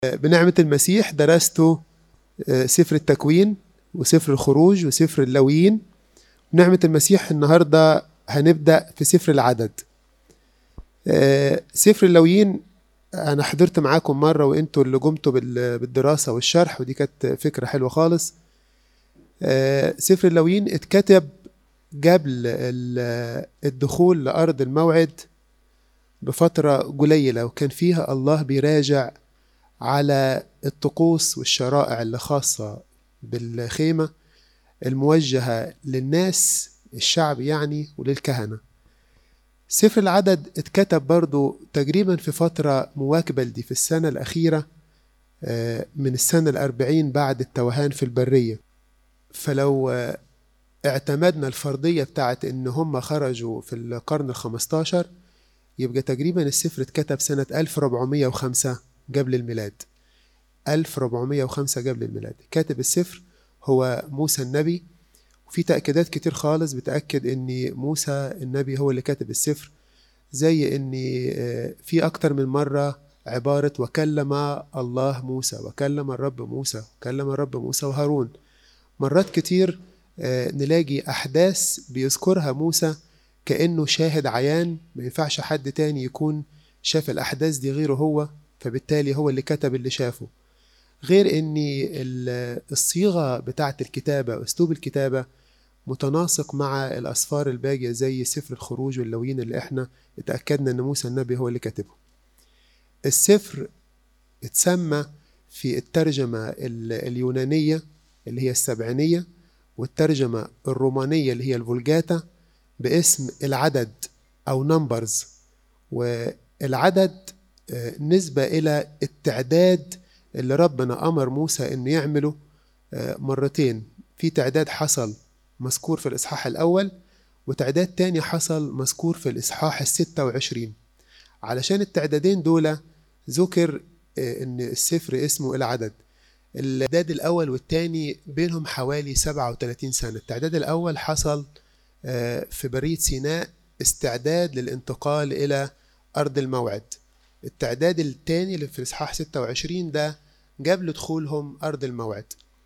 بنعمة المسيح درستوا سفر التكوين وسفر الخروج وسفر اللاويين. بنعمة المسيح النهاردة هنبدأ في سفر العدد. سفر اللاويين أنا حضرت معاكم مرة وإنتوا اللي قمتوا بالدراسة والشرح، ودي كانت فكرة حلوة خالص. سفر اللاويين اتكتب قبل الدخول لأرض الموعد بفترة قليلة، وكان فيها الله بيراجع على الطقوس والشرائع اللي خاصة بالخيمة الموجهة للناس الشعب يعني وللكهنة. سفر العدد اتكتب برضو تقريبا في فترة مواكبة لدي، في السنة الأخيرة من السنة 40 بعد التوهان في البرية. فلو اعتمدنا الفرضية بتاعت إن هم خرجوا في القرن ال15، يبقى تقريبا السفر اتكتب سنة 1405 قبل الميلاد. 1405 قبل الميلاد. كاتب السفر هو موسى النبي، وفي تأكيدات كتير خالص بتأكد ان موسى النبي هو اللي كاتب السفر، زي ان في اكتر من مرة عبارة وكلم الله موسى، وكلم الرب موسى، وكلم الرب موسى وهارون. مرات كتير نلاقي احداث بيذكرها موسى كأنه شاهد عيان، ما ينفعش حد تاني يكون شاف الاحداث دي غيره هو، فبالتالي هو اللي كتب اللي شافه. غير ان الصيغة بتاعة الكتابة واسلوب الكتابة متناسق مع الأسفار الباقية زي سفر الخروج واللاويين اللي احنا اتأكدنا ان موسى النبي هو اللي كاتبه. السفر اتسمى في الترجمة اليونانية اللي هي السبعينية، والترجمة الرومانية اللي هي الفولجاتا باسم العدد أو نمبرز. والعدد نسبة إلى التعداد اللي ربنا أمر موسى إنه يعمله مرتين. في تعداد حصل مذكور في الإصحاح الأول، وتعداد تاني حصل مذكور في الإصحاح 26. علشان التعدادين دول ذكر إن السفر اسمه العدد. التعداد الأول والتاني بينهم حوالي 37 سنة. التعداد الأول حصل في برية سيناء، استعداد للانتقال إلى أرض الموعد. التعداد الثاني اللي في الإصحاح 26 ده قبل دخولهم أرض الموعد.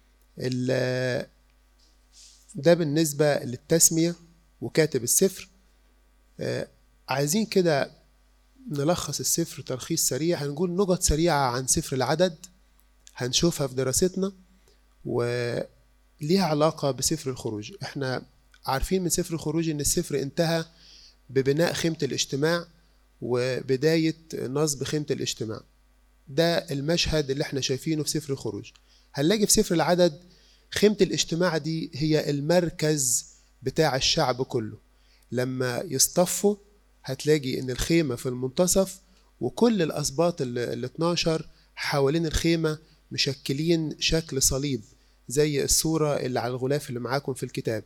ده بالنسبة للتسمية وكاتب السفر. عايزين كده نلخص السفر تلخيص سريع. هنقول نقط سريعة عن سفر العدد هنشوفها في دراستنا، وليها علاقة بسفر الخروج. احنا عارفين من سفر الخروج ان السفر انتهى ببناء خيمة الاجتماع وبداية نصب خيمة الاجتماع. ده المشهد اللي احنا شايفينه في سفر الخروج. هنلاقي في سفر العدد خيمة الاجتماع دي هي المركز بتاع الشعب كله. لما يصطفوا هتلاقي ان الخيمة في المنتصف، وكل الأسباط ال 12 حوالين الخيمة مشكلين شكل صليب زي الصورة اللي على الغلاف اللي معاكم في الكتاب.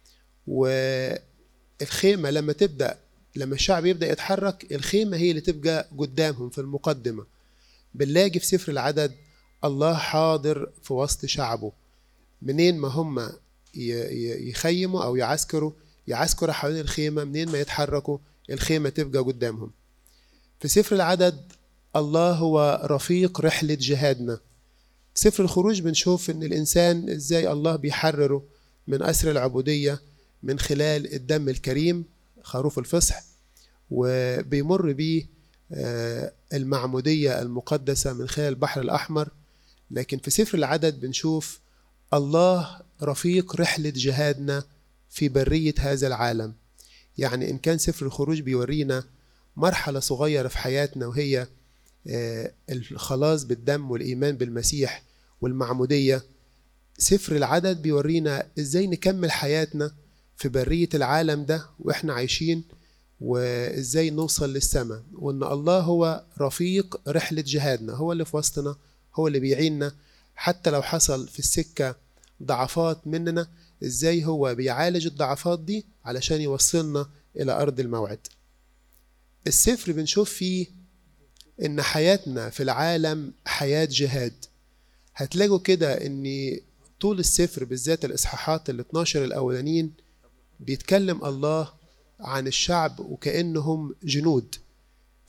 والخيمة لما الشعب يبدأ يتحرك، الخيمة هي اللي تبقى قدامهم في المقدمة. بنلاقي في سفر العدد الله حاضر في وسط شعبه. منين ما هم يخيموا أو يعسكروا حوالين الخيمة، منين ما يتحركوا الخيمة تبقى قدامهم. في سفر العدد الله هو رفيق رحلة جهادنا. في سفر الخروج بنشوف إن الإنسان إزاي الله بيحرره من أسر العبودية من خلال الدم الكريم خروف الفصح، وبيمر بيه المعمودية المقدسة من خلال البحر الأحمر. لكن في سفر العدد بنشوف الله رفيق رحلة جهادنا في برية هذا العالم. يعني إن كان سفر الخروج بيورينا مرحلة صغيرة في حياتنا وهي الخلاص بالدم والإيمان بالمسيح والمعمودية، سفر العدد بيورينا إزاي نكمل حياتنا في برية العالم ده وإحنا عايشين، وإزاي نوصل للسماء، وإن الله هو رفيق رحلة جهادنا، هو اللي في وسطنا، هو اللي بيعيننا حتى لو حصل في السكة ضعفات مننا، إزاي هو بيعالج الضعفات دي علشان يوصلنا إلى أرض الموعد. السفر بنشوف فيه إن حياتنا في العالم حياة جهاد. هتلاقوا كده إن طول السفر بالذات الإصحاحات ال 12 الأولانيين بيتكلم الله عن الشعب وكأنهم جنود.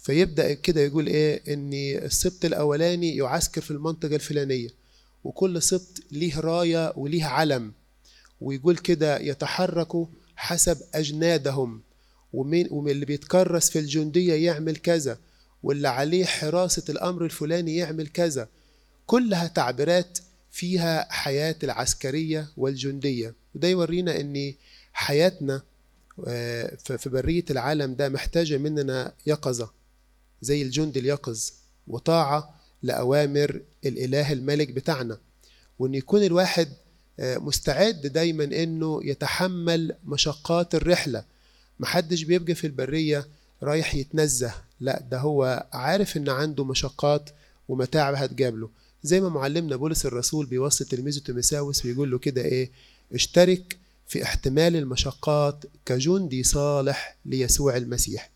فيبدأ كده يقول إيه، إن السبط الأولاني يعسكر في المنطقة الفلانية، وكل سبط ليه راية وليه علم، ويقول كده يتحركوا حسب أجنادهم، ومن اللي بيتكرس في الجندية يعمل كذا، واللي عليه حراسة الأمر الفلاني يعمل كذا. كلها تعبيرات فيها حياة العسكرية والجندية. وده يورينا أن حياتنا في برية العالم ده محتاجة مننا يقظة زي الجند اليقظ، وطاعة لأوامر الإله الملك بتاعنا، وأن يكون الواحد مستعد دايما أنه يتحمل مشقات الرحلة. محدش بيبقى في البرية رايح يتنزه، لا، ده هو عارف أن عنده مشقات ومتاعب هتجابله. زي ما معلمنا بولس الرسول بيوصي تلميذه تيموثاوس بيقول له كده إيه، اشترك في احتمال المشقات كجندي صالح ليسوع المسيح.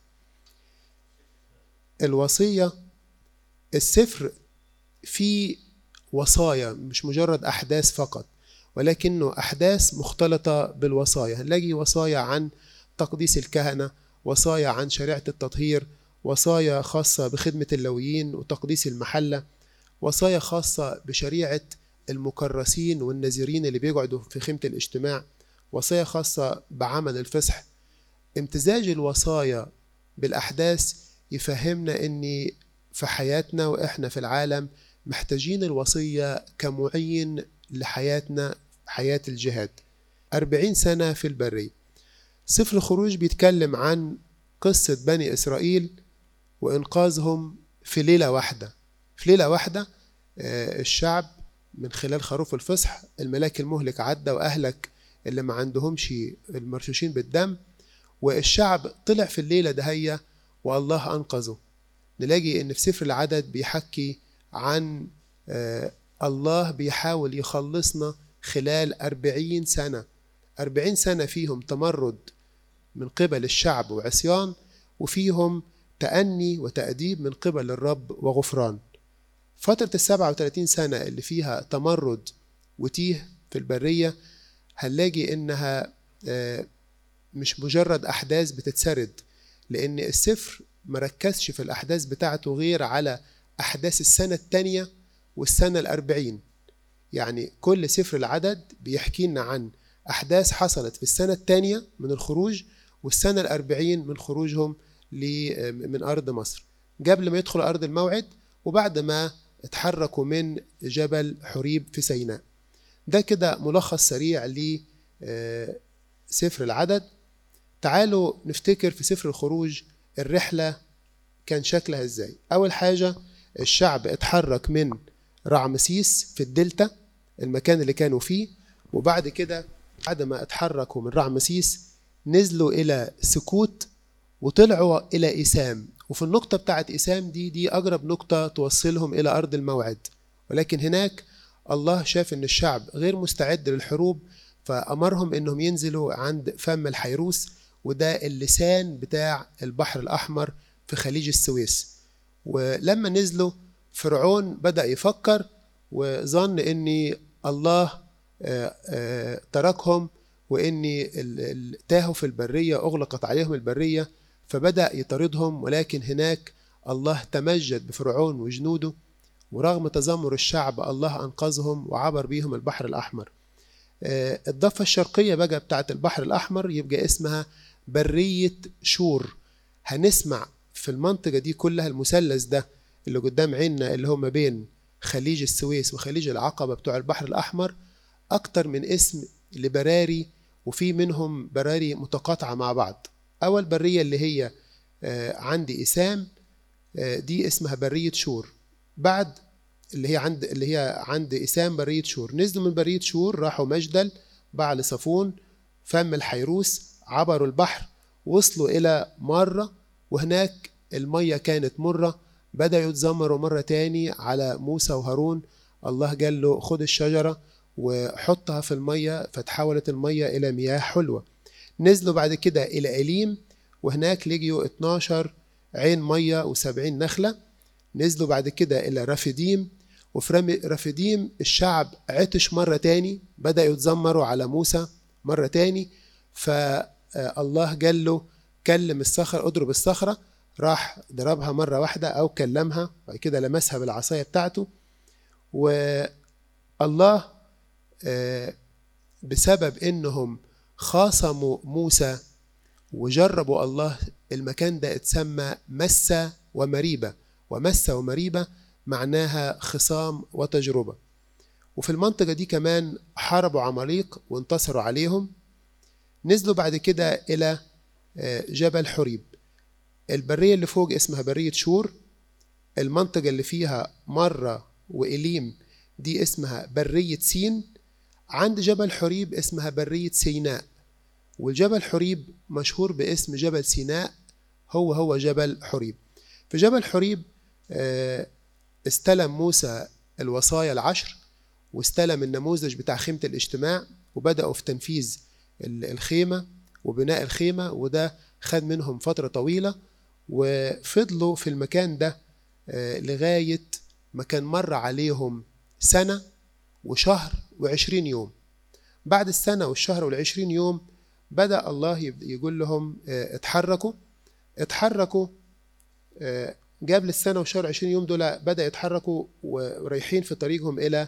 الوصية، السفر فيه وصايا، مش مجرد أحداث فقط، ولكنه أحداث مختلطة بالوصايا. هنلاقي وصايا عن تقديس الكهنة، وصايا عن شريعة التطهير، وصايا خاصة بخدمة اللويين وتقديس المحلة، وصايا خاصة بشريعة المكرسين والنذيرين اللي بيقعدوا في خيمة الاجتماع، وصايا خاصة بعمل الفصح. امتزاج الوصايا بالأحداث يفهمنا أن في حياتنا وإحنا في العالم محتاجين الوصية كمعين لحياتنا، حياة الجهاد. 40 سنة في البرية. سفر الخروج بيتكلم عن قصة بني إسرائيل وإنقاذهم في ليلة واحدة. في ليلة واحدة الشعب من خلال خروف الفصح الملاك المهلك عدى وأهلك اللي ما عندهمش المرشوشين بالدم، والشعب طلع في الليلة دهية والله أنقذه. نلاقي إن في سفر العدد بيحكي عن الله بيحاول يخلصنا خلال 40 سنة. 40 سنة فيهم تمرد من قبل الشعب وعصيان، وفيهم تأني وتأديب من قبل الرب وغفران. فترة 37 سنة اللي فيها تمرد وتيه في البرية هنلاقي إنها مش مجرد أحداث بتتسرد، لأن السفر مركزش في الأحداث بتاعته غير على أحداث السنة الثانية والسنة 40. يعني كل سفر العدد بيحكي لنا عن أحداث حصلت في السنة الثانية من الخروج والسنة 40 من خروجهم من أرض مصر، قبل ما يدخلوا أرض الموعد وبعد ما اتحركوا من جبل حريب في سيناء. ده كده ملخص سريع لسفر العدد. تعالوا نفتكر في سفر الخروج الرحلة كان شكلها ازاي. أول حاجة الشعب اتحرك من رعمسيس في الدلتا، المكان اللي كانوا فيه، وبعد كده بعد ما اتحركوا من رعمسيس نزلوا إلى سكوت وطلعوا إلى إيسام. وفي النقطة بتاعت إيسام دي أقرب نقطة توصلهم إلى أرض الموعد، ولكن هناك الله شاف إن الشعب غير مستعد للحروب، فأمرهم إنهم ينزلوا عند فم الحيروس، وده اللسان بتاع البحر الأحمر في خليج السويس. ولما نزلوا فرعون بدأ يفكر وظن إن الله تركهم، وإن تاهوا في البرية، أغلقت عليهم البرية، فبدأ يطاردهم. ولكن هناك الله تمجد بفرعون وجنوده، ورغم تذمر الشعب الله أنقذهم وعبر بيهم البحر الأحمر. الضفة الشرقية بقى بتاعت البحر الأحمر يبقى اسمها برية شور. هنسمع في المنطقة دي كلها المثلث ده اللي قدام عيننا اللي هو ما بين خليج السويس وخليج العقبة بتوع البحر الأحمر أكتر من اسم لبراري، وفي منهم براري متقاطعة مع بعض. أول برية اللي هي عند إيسام دي اسمها برية شور، بعد اللي هي عند إيسام برية شور. نزلوا من برية شور راحوا مجدل، بعل صفون، فم الحيروس، عبروا البحر، وصلوا إلى مرة، وهناك المية كانت مرة. بدأوا يتذمروا مرة تاني على موسى وهارون. الله قال له خد الشجرة وحطها في المية، فتحولت المية إلى مياه حلوة. نزلوا بعد كده إلى إليم، وهناك لقيوا 12 عين مية و70 نخلة. نزلوا بعد كده إلى رفديم، وفي رفديم الشعب عطش مرة تاني، بدأوا يتذمروا على موسى مرة تاني، فالله قال له كلم الصخرة، اضرب الصخرة، راح ضربها مرة واحدة أو كلمها، بعد كده لمسها بالعصاية بتاعته. والله بسبب إنهم خاصموا موسى وجربوا الله، المكان ده اتسمى مسة ومريبة، ومسة ومريبة معناها خصام وتجربة. وفي المنطقة دي كمان حاربوا عماليق وانتصروا عليهم. نزلوا بعد كده إلى جبل حريب. البرية اللي فوق اسمها برية شور، المنطقة اللي فيها مرة وإليم دي اسمها برية سين، عند جبل حريب اسمها برية سيناء. والجبل حريب مشهور باسم جبل سيناء، هو جبل حريب. في جبل حريب استلم موسى الوصايا العشر، واستلم النموذج بتاع خيمة الاجتماع، وبدأوا في تنفيذ الخيمة وبناء الخيمة، وده خد منهم فترة طويلة. وفضلوا في المكان ده لغاية ما كان مر عليهم سنة وشهر و20 يوم. بعد السنة والشهر وال20 يوم بدأ الله يقول لهم اتحركوا. قبل السنة والشهر 20 يوم دول بدأ يتحركوا ورايحين في طريقهم إلى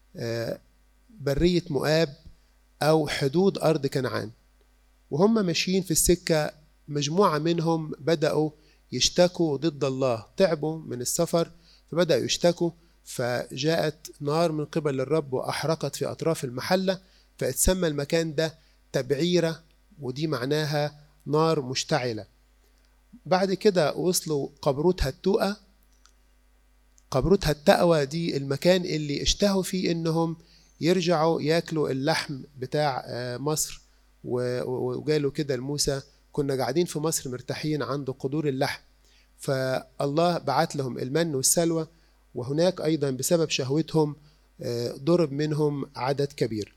برية مؤاب أو حدود أرض كنعان. وهم ماشيين في السكة مجموعة منهم بدأوا يشتكوا ضد الله، تعبوا من السفر فبدأوا يشتكوا، فجاءت نار من قبل الرب وأحرقت في أطراف المحلة، فاتسمى المكان ده تبعيرة، ودي معناها نار مشتعلة. بعد كده وصلوا قبروتها التوأة. قبروتها التأوى دي المكان اللي اشتهوا فيه انهم يرجعوا ياكلوا اللحم بتاع مصر، وقالوا كده لموسى كنا قاعدين في مصر مرتاحين عند قدور اللحم، فالله بعت لهم المن والسلوى، وهناك أيضا بسبب شهوتهم ضرب منهم عدد كبير.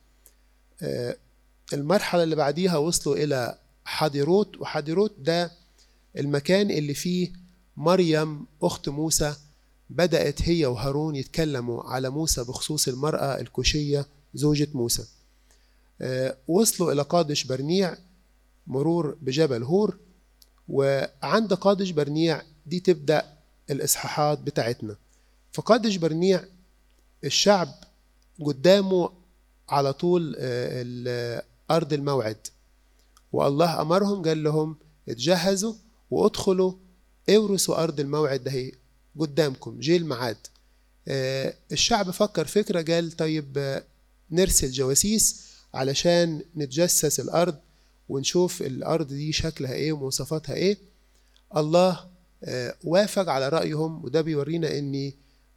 المرحلة اللي بعديها وصلوا إلى حضيروت، وحضيروت ده المكان اللي فيه مريم أخت موسى بدأت هي وهارون يتكلموا على موسى بخصوص المرأة الكوشية زوجة موسى. وصلوا إلى قادش برنيع، مرور بجبل هور، وعند قادش برنيع دي تبدأ الإصحاحات بتاعتنا. في قادش برنيع الشعب قدامه على طول أرض الموعد، والله أمرهم قال لهم اتجهزوا وادخلوا اورثوا أرض الموعد ده قدامكم، جه الميعاد. الشعب فكر فكرة، قال طيب نرسل جواسيس علشان نتجسس الأرض ونشوف الأرض دي شكلها إيه ومواصفاتها إيه. الله وافق على رأيهم، وده بيورينا إن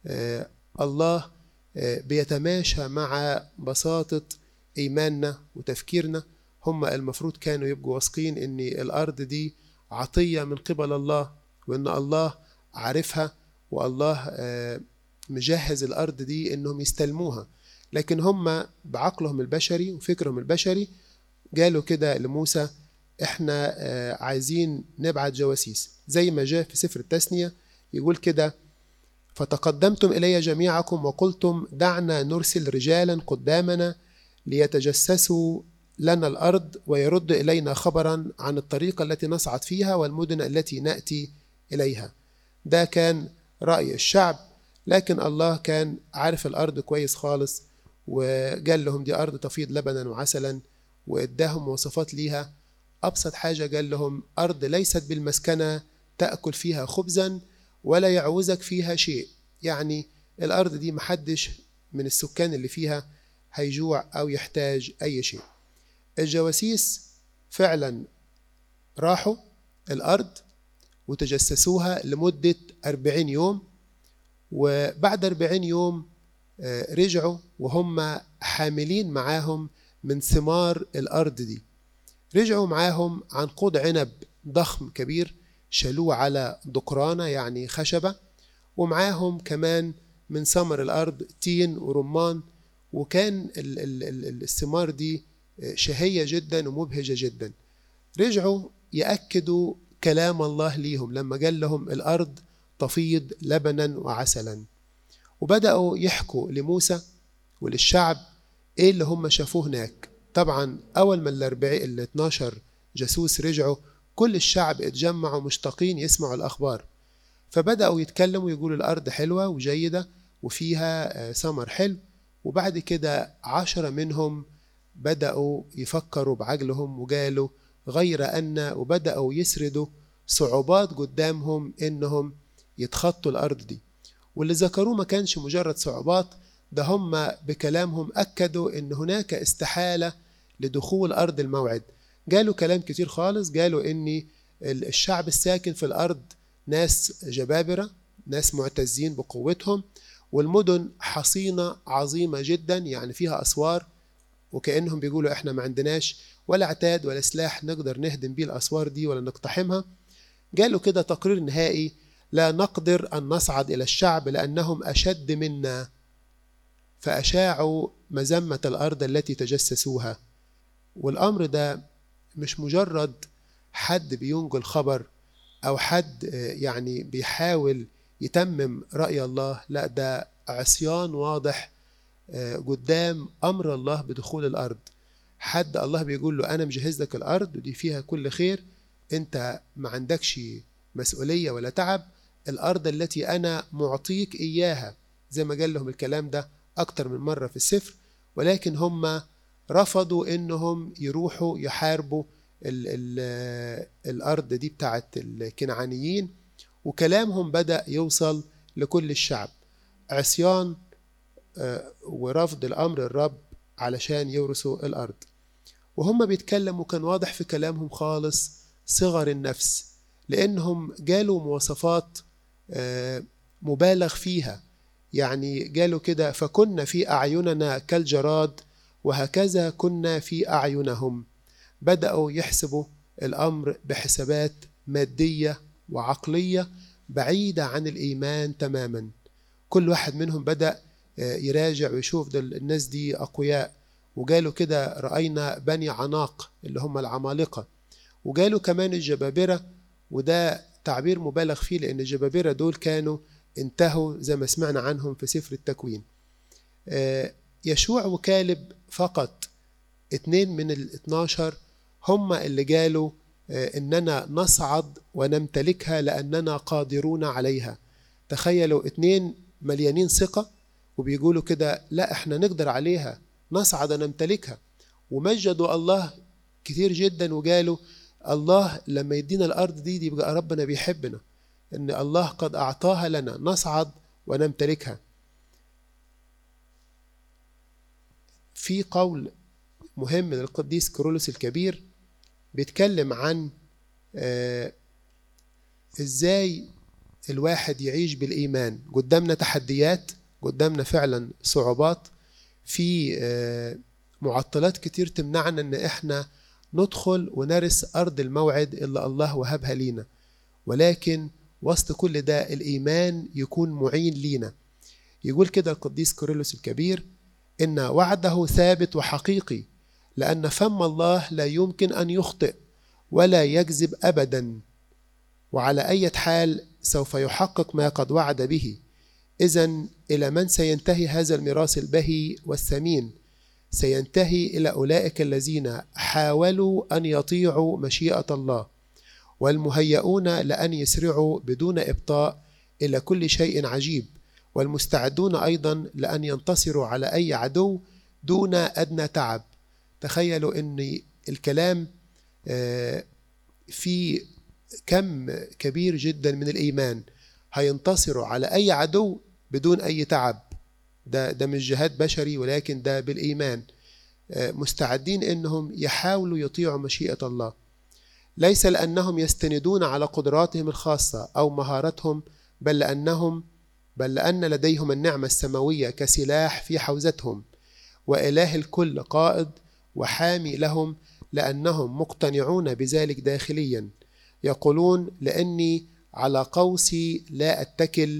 الله بيتماشى مع بساطة إيماننا وتفكيرنا. هم المفروض كانوا يبقوا واثقين إن الأرض دي عطية من قبل الله، وإن الله عارفها، والله مجهز الأرض دي إنهم يستلموها. لكن هم بعقلهم البشري وفكرهم البشري قالوا كده لموسى إحنا عايزين نبعت جواسيس، زي ما جاء في سفر التثنية يقول كده فتقدمتم إلي جميعكم وقلتم دعنا نرسل رجالا قدامنا ليتجسسوا لنا الأرض ويرد إلينا خبرا عن الطريقة التي نصعد فيها والمدن التي نأتي إليها. ده كان رأي الشعب، لكن الله كان عارف الأرض كويس خالص، وقال لهم دي أرض تفيض لبنا وعسلا، وإداهم مواصفات ليها. أبسط حاجة قال لهم أرض ليست بالمسكنة تأكل فيها خبزا ولا يعوزك فيها شيء، يعني الأرض دي محدش من السكان اللي فيها هيجوع أو يحتاج أي شيء. الجواسيس فعلا راحوا الأرض وتجسسوها لمدة 40 يوم، وبعد 40 يوم رجعوا وهم حاملين معاهم من ثمار الأرض دي. رجعوا معاهم عنقود عنب ضخم كبير شالوه على دقرانة يعني خشبة، ومعاهم كمان من ثمر الأرض تين ورمان، وكان الثمار دي شهية جدا ومبهجة جدا. رجعوا يأكدوا كلام الله ليهم لما قال لهم الأرض تفيض لبنا وعسلا، وبدأوا يحكوا لموسى وللشعب إيه اللي هم شافوه هناك. طبعا أول ما ال 12 جاسوس رجعوا كل الشعب اتجمعوا مشتاقين يسمعوا الأخبار، فبدأوا يتكلموا يقولوا الأرض حلوة وجيدة وفيها ثمر حلو. وبعد كده 10 منهم بدأوا يفكروا بعقلهم وقالوا غير أن، وبدأوا يسردوا صعوبات قدامهم إنهم يتخطوا الأرض دي. واللي ذكروه ما كانش مجرد صعوبات، ده هم بكلامهم أكدوا إن هناك استحالة لدخول أرض الموعد. قالوا كلام كتير خالص، قالوا إن الشعب الساكن في الأرض ناس جبابرة، ناس معتزين بقوتهم، والمدن حصينة عظيمة جدا يعني فيها أسوار، وكأنهم بيقولوا إحنا ما عندناش ولا عتاد ولا سلاح نقدر نهدم بيه الأسوار دي ولا نقتحمها. قالوا كده تقرير نهائي: لا نقدر أن نصعد إلى الشعب لأنهم أشد منا. فأشاعوا مذمة الأرض التي تجسسوها. والأمر ده مش مجرد حد بينقل خبر أو حد يعني بيحاول يتمم رأي الله، لا، ده عصيان واضح قدام أمر الله بدخول الأرض. حد الله بيقول له أنا مجهز لك الأرض ودي فيها كل خير، أنت ما عندكش مسؤولية ولا تعب، الأرض التي أنا معطيك إياها. زي ما قال لهم الكلام ده أكتر من مرة في السفر، ولكن هم رفضوا إنهم يروحوا يحاربوا الأرض دي بتاعت الكنعانيين، وكلامهم بدأ يوصل لكل الشعب، عصيان ورفض الأمر الرب علشان يورثوا الأرض. وهم بيتكلموا كان واضح في كلامهم خالص صغر النفس، لأنهم قالوا مواصفات مبالغ فيها. يعني قالوا كده: فكنا في أعيننا كالجراد وهكذا كنا في أعينهم. بدأوا يحسبوا الأمر بحسابات مادية وعقلية بعيدة عن الإيمان تماما. كل واحد منهم بدأ يراجع ويشوف ده الناس دي أقوياء، وقالوا كده رأينا بني عناق اللي هم العمالقة، وقالوا كمان الجبابرة، وده تعبير مبالغ فيه لأن الجبابرة دول كانوا انتهوا زي ما سمعنا عنهم في سفر التكوين. يشوع وكالب فقط 2 من 12 هم اللي قالوا إننا نصعد ونمتلكها لأننا قادرون عليها. تخيلوا 2 مليانين ثقة وبيقولوا كده لا احنا نقدر عليها، نصعد ونمتلكها. ومجدوا الله كتير جدا وقالوا الله لما يدينا الأرض دي يبقى ربنا بيحبنا، إن الله قد أعطاها لنا نصعد ونمتلكها. في قول مهم للقديس كيرلس الكبير بيتكلم عن إزاي الواحد يعيش بالإيمان. قدامنا تحديات، قدامنا فعلا صعوبات، في معطلات كتير تمنعنا إن إحنا ندخل ونرث أرض الموعد اللي الله وهبها لينا، ولكن وسط كل ده الإيمان يكون معين لينا. يقول كده القديس كيرلس الكبير: إن وعده ثابت وحقيقي، لأن فم الله لا يمكن أن يخطئ ولا يكذب أبدا، وعلى أي حال سوف يحقق ما قد وعد به. إذن إلى من سينتهي هذا الميراث البهي والثمين؟ سينتهي إلى أولئك الذين حاولوا أن يطيعوا مشيئة الله، والمهيئون لأن يسرعوا بدون إبطاء إلى كل شيء عجيب، والمستعدون أيضا لأن ينتصروا على أي عدو دون أدنى تعب. تخيلوا أن الكلام في كم كبير جدا من الإيمان، هينتصروا على أي عدو بدون أي تعب. ده مش جهاد بشري، ولكن ده بالإيمان، مستعدين أنهم يحاولوا يطيعوا مشيئة الله، ليس لأنهم يستندون على قدراتهم الخاصة أو مهارتهم، بل لأن لديهم النعمة السماوية كسلاح في حوزتهم، وإله الكل قائد وحامي لهم، لأنهم مقتنعون بذلك داخليا. يقولون: لأني على قوسي لا أتكل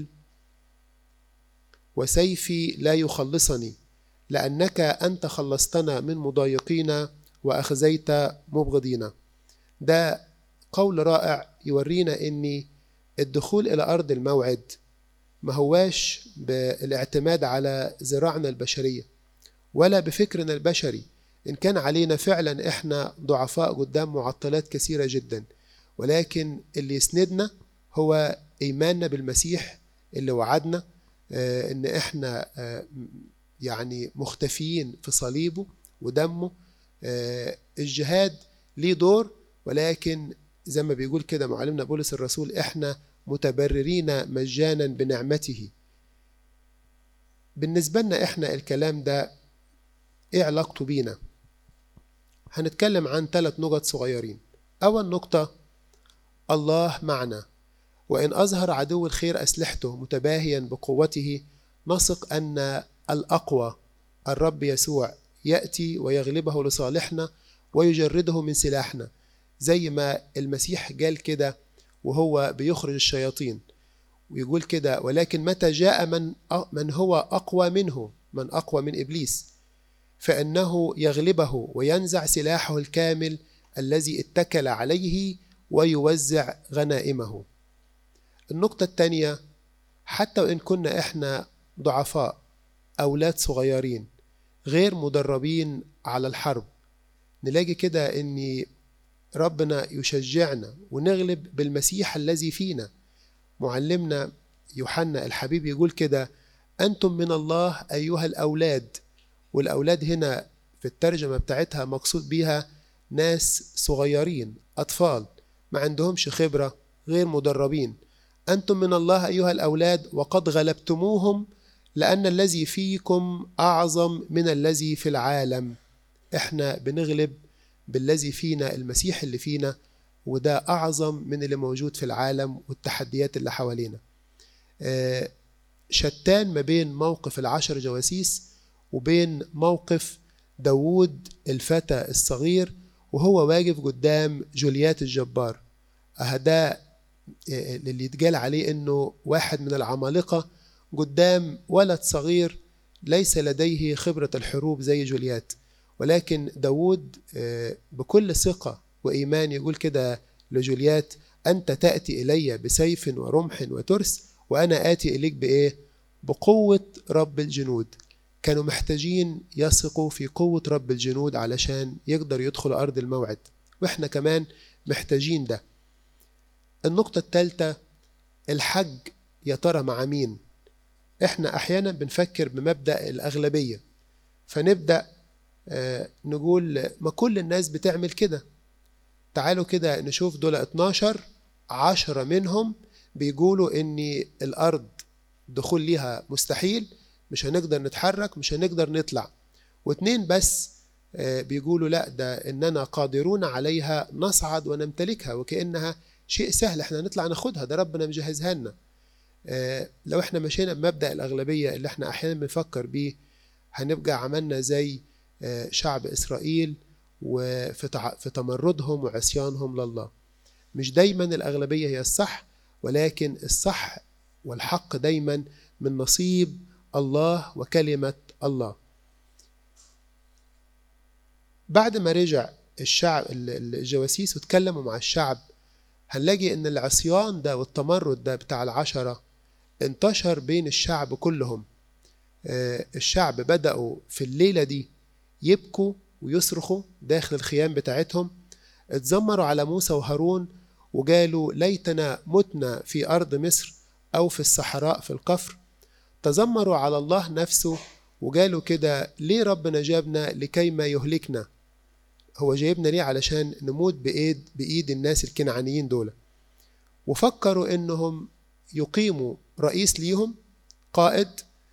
وسيفي لا يخلصني، لأنك أنت خلصتنا من مضايقين وأخزيت مبغضين. ده قول رائع يورينا أن الدخول إلى أرض الموعد ما هواش بالاعتماد على ذراعنا البشرية ولا بفكرنا البشري. إن كان علينا فعلا إحنا ضعفاء قدام معطلات كثيرة جدا، ولكن اللي يسندنا هو إيماننا بالمسيح اللي وعدنا إن إحنا يعني مختفيين في صليبه ودمه. الجهاد ليه دور، ولكن زي ما بيقول كده معلمنا بولس الرسول إحنا متبررين مجانا بنعمته. بالنسبة لنا إحنا الكلام ده إيه علاقته بينا؟ هنتكلم عن 3 نقط صغيرين. أول نقطة: الله معنا، وإن أظهر عدو الخير أسلحته متباهيا بقوته نثق أن الأقوى الرب يسوع يأتي ويغلبه لصالحنا ويجرده من سلاحنا، زي ما المسيح قال كده وهو بيخرج الشياطين، ويقول كده: ولكن متى جاء من هو أقوى منه، من أقوى من إبليس، فإنه يغلبه وينزع سلاحه الكامل الذي اتكل عليه ويوزع غنائمه. النقطة الثانية: حتى وإن كنا إحنا ضعفاء، أولاد صغيرين غير مدربين على الحرب، نلاقي كده إن ربنا يشجعنا ونغلب بالمسيح الذي فينا. معلمنا يوحنا الحبيب يقول كده: أنتم من الله أيها الأولاد. والأولاد هنا في الترجمة بتاعتها مقصود بيها ناس صغيرين، أطفال ما عندهمش خبرة، غير مدربين. أنتم من الله أيها الأولاد وقد غلبتموهم لأن الذي فيكم أعظم من الذي في العالم. إحنا بنغلب بالذي فينا، المسيح اللي فينا، وده أعظم من اللي موجود في العالم والتحديات اللي حوالينا. شتان ما بين موقف 10 جواسيس وبين موقف داود الفتى الصغير وهو واقف قدام جوليات الجبار. ده اللي يتقال عليه إنه واحد من العمالقة قدام ولد صغير ليس لديه خبرة الحروب زي جوليات، ولكن داود بكل ثقة وإيمان يقول كده لجوليات: أنت تأتي إلي بسيف ورمح وترس وأنا آتي إليك بإيه؟ بقوة رب الجنود. كانوا محتاجين يثقوا في قوة رب الجنود علشان يقدر يدخل أرض الموعد، وإحنا كمان محتاجين ده. النقطة الثالثة: الحج يا ترى مع مين؟ إحنا أحيانا بنفكر بمبدأ الأغلبية، فنبدأ نقول ما كل الناس بتعمل كده. تعالوا كده نشوف دول 12، 10 منهم بيقولوا إن الأرض دخول ليها مستحيل، مش هنقدر نتحرك، مش هنقدر نطلع. و2 بس بيقولوا لا، ده إننا قادرون عليها، نصعد ونمتلكها، وكأنها شيء سهل احنا نطلع ناخدها، ده ربنا مجهزها لنا. لو احنا مشينا بمبدأ الأغلبية اللي احنا أحيانا بنفكر بيه، هنبقى عملنا زي شعب إسرائيل وفي تمردهم وعصيانهم لله. مش دايما الأغلبية هي الصح، ولكن الصح والحق دايما من نصيب الله وكلمة الله. بعد ما رجع الشعب الجواسيس وتكلموا مع الشعب، هنلاقي ان العصيان ده والتمرد ده بتاع 10 انتشر بين الشعب كلهم. الشعب بدأوا في الليلة دي يبكوا ويصرخوا داخل الخيام بتاعتهم، اتذمروا على موسى وهارون وقالوا: ليتنا متنا في أرض مصر أو في الصحراء في القفر. تذمروا على الله نفسه وقالوا كده: ليه ربنا جابنا لكي ما يهلكنا؟ هو جايبنا ليه؟ علشان نموت بإيد الناس الكنعانيين دول. وفكروا إنهم يقيموا رئيس ليهم، قائد،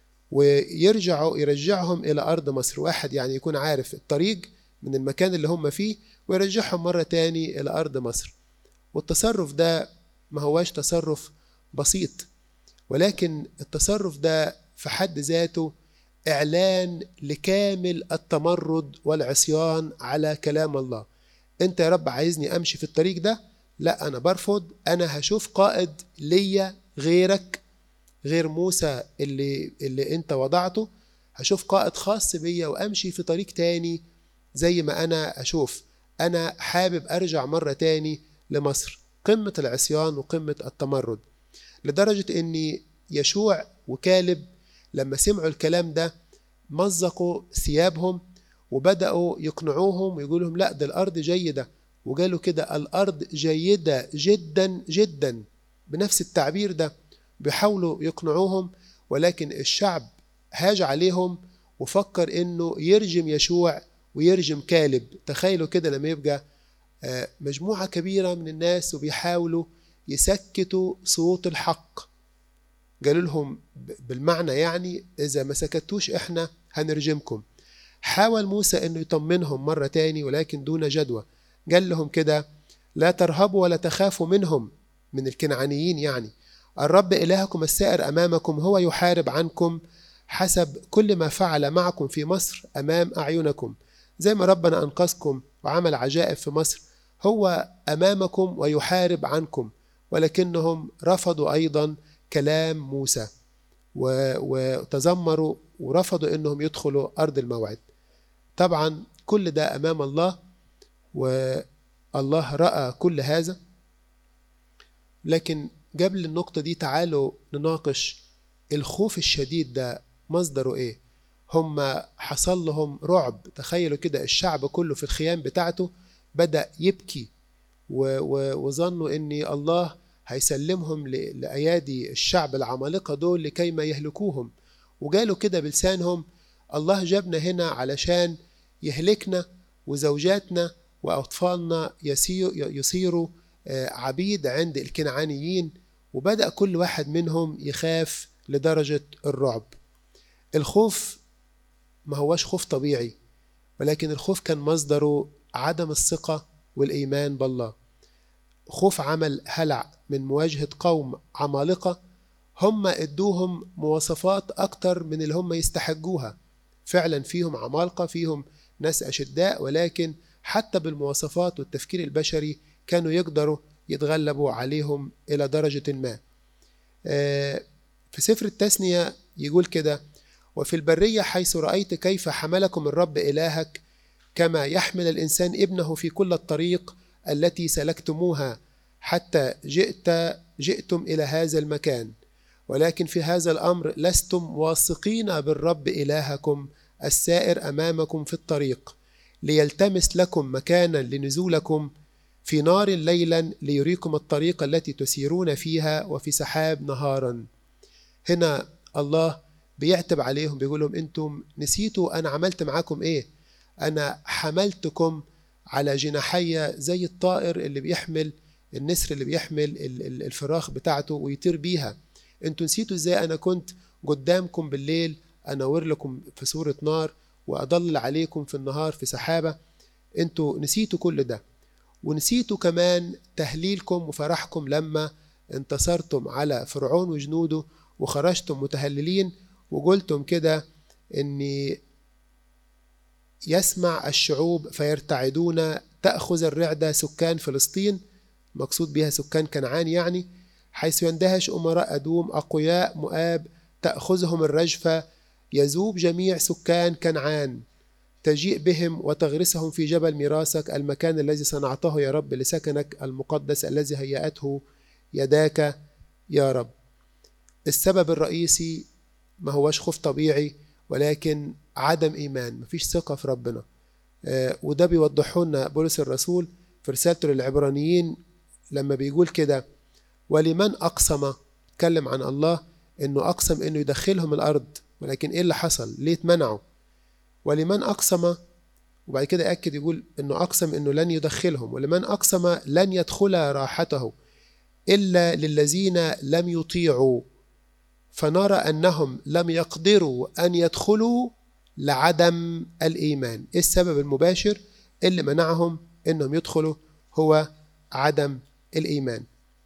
ويرجعهم إلى أرض مصر، واحد يعني يكون عارف الطريق من المكان اللي هم فيه ويرجعهم مرة تاني إلى أرض مصر. والتصرف ده ما هواش تصرف بسيط، ولكن التصرف ده في حد ذاته إعلان لكامل التمرد والعصيان على كلام الله. أنت يا رب عايزني أمشي في الطريق ده؟ لا، أنا برفض. أنا هشوف قائد ليا غيرك، غير موسى اللي أنت وضعته. هشوف قائد خاص بيا وأمشي في طريق تاني زي ما أنا أشوف. أنا حابب أرجع مرة تاني لمصر. قمة العصيان وقمة التمرد، لدرجة أن يشوع وكالب لما سمعوا الكلام ده مزقوا ثيابهم وبدأوا يقنعوهم ويقولوا لهم: لا، ده الأرض جيدة، وقالوا كده الأرض جيدة جدا جدا بنفس التعبير ده. بيحاولوا يقنعوهم، ولكن الشعب هاج عليهم وفكر إنه يرجم يشوع ويرجم كالب. تخيلوا كده لما يبقى مجموعة كبيرة من الناس وبيحاولوا يسكتوا صوت الحق. قالوا لهم بالمعنى يعني إذا ما سكتوش إحنا هنرجمكم. حاول موسى إنه يطمنهم مرة تاني ولكن دون جدوى. قال لهم كده لا ترهبوا ولا تخافوا منهم، من الكنعانيين يعني. الرب إلهكم السائر أمامكم هو يحارب عنكم حسب كل ما فعل معكم في مصر أمام أعينكم. زي ما ربنا أنقذكم وعمل عجائب في مصر، هو أمامكم ويحارب عنكم. ولكنهم رفضوا أيضا كلام موسى وتذمروا ورفضوا أنهم يدخلوا أرض الموعد. طبعا كل ده أمام الله، والله رأى كل هذا. لكن قبل النقطة دي تعالوا نناقش الخوف الشديد ده مصدره إيه. هم حصل لهم رعب. تخيلوا كده الشعب كله في الخيام بتاعته بدأ يبكي وظنوا أن الله هيسلمهم لأيادي الشعب العمالقة دول لكي ما يهلكوهم. وقالوا كده بلسانهم الله جابنا هنا علشان يهلكنا وزوجاتنا وأطفالنا يصيروا عبيد عند الكنعانيين. وبدأ كل واحد منهم يخاف لدرجة الرعب. الخوف ما هوش خوف طبيعي، ولكن الخوف كان مصدره عدم الثقة والإيمان بالله. خوف عمل هلع من مواجهة قوم عمالقة هم ادوهم مواصفات أكتر من اللي هم يستحقوها. فعلا فيهم عمالقة، فيهم ناس أشداء، ولكن حتى بالمواصفات والتفكير البشري كانوا يقدروا يتغلبوا عليهم إلى درجة ما. في سفر التثنية يقول كده وفي البرية حيث رأيت كيف حملكم الرب إلهك كما يحمل الإنسان ابنه في كل الطريق التي سلكتموها حتى جئتم إلى هذا المكان، ولكن في هذا الأمر لستم واثقين بالرب إلهكم السائر أمامكم في الطريق ليلتمس لكم مكانا لنزولكم في نار ليلا ليريكم الطريق التي تسيرون فيها وفي سحاب نهارا. هنا الله بيعتب عليهم، بيقول لهم انتم نسيتوا أنا عملت معاكم إيه. أنا حملتكم على جناحية زي الطائر اللي بيحمل النسر اللي بيحمل الفراخ بتاعته ويطير بيها. انتوا نسيتوا ازاي أنا كنت قدامكم بالليل أنور لكم في صورة نار وأضلل عليكم في النهار في سحابة. انتوا نسيتوا كل ده، ونسيتوا كمان تهليلكم وفرحكم لما انتصرتم على فرعون وجنوده وخرجتم متهللين وقلتم كده إن يسمع الشعوب فيرتعدون تأخذ الرعدة سكان فلسطين، مقصود بها سكان كنعان يعني، حيث يندهش أمراء أدوم أقوياء مؤاب تأخذهم الرجفة يذوب جميع سكان كنعان تجيء بهم وتغرسهم في جبل ميراثك المكان الذي صنعته يا رب لسكنك المقدس الذي هيأته يداك يا رب. السبب الرئيسي ما هوش خوف طبيعي، ولكن عدم إيمان، مفيش ثقة في ربنا. وده بيوضحه لنا بولس الرسول في رسالته للعبرانيين لما بيقول كده ولمن أقسم، اتكلم عن الله إنه أقسم إنه يدخلهم الأرض، ولكن إيه اللي حصل؟ ليه اتمنعوا؟ ولمن أقسم، وبعد كده أكد يقول إنه أقسم إنه لن يدخلهم، ولمن أقسم لن يدخل راحته إلا للذين لم يطيعوا، فنرى أنهم لم يقدروا أن يدخلوا لعدم الإيمان. إيه السبب المباشر اللي منعهم إنهم يدخلوا؟ هو عدم الإيمان.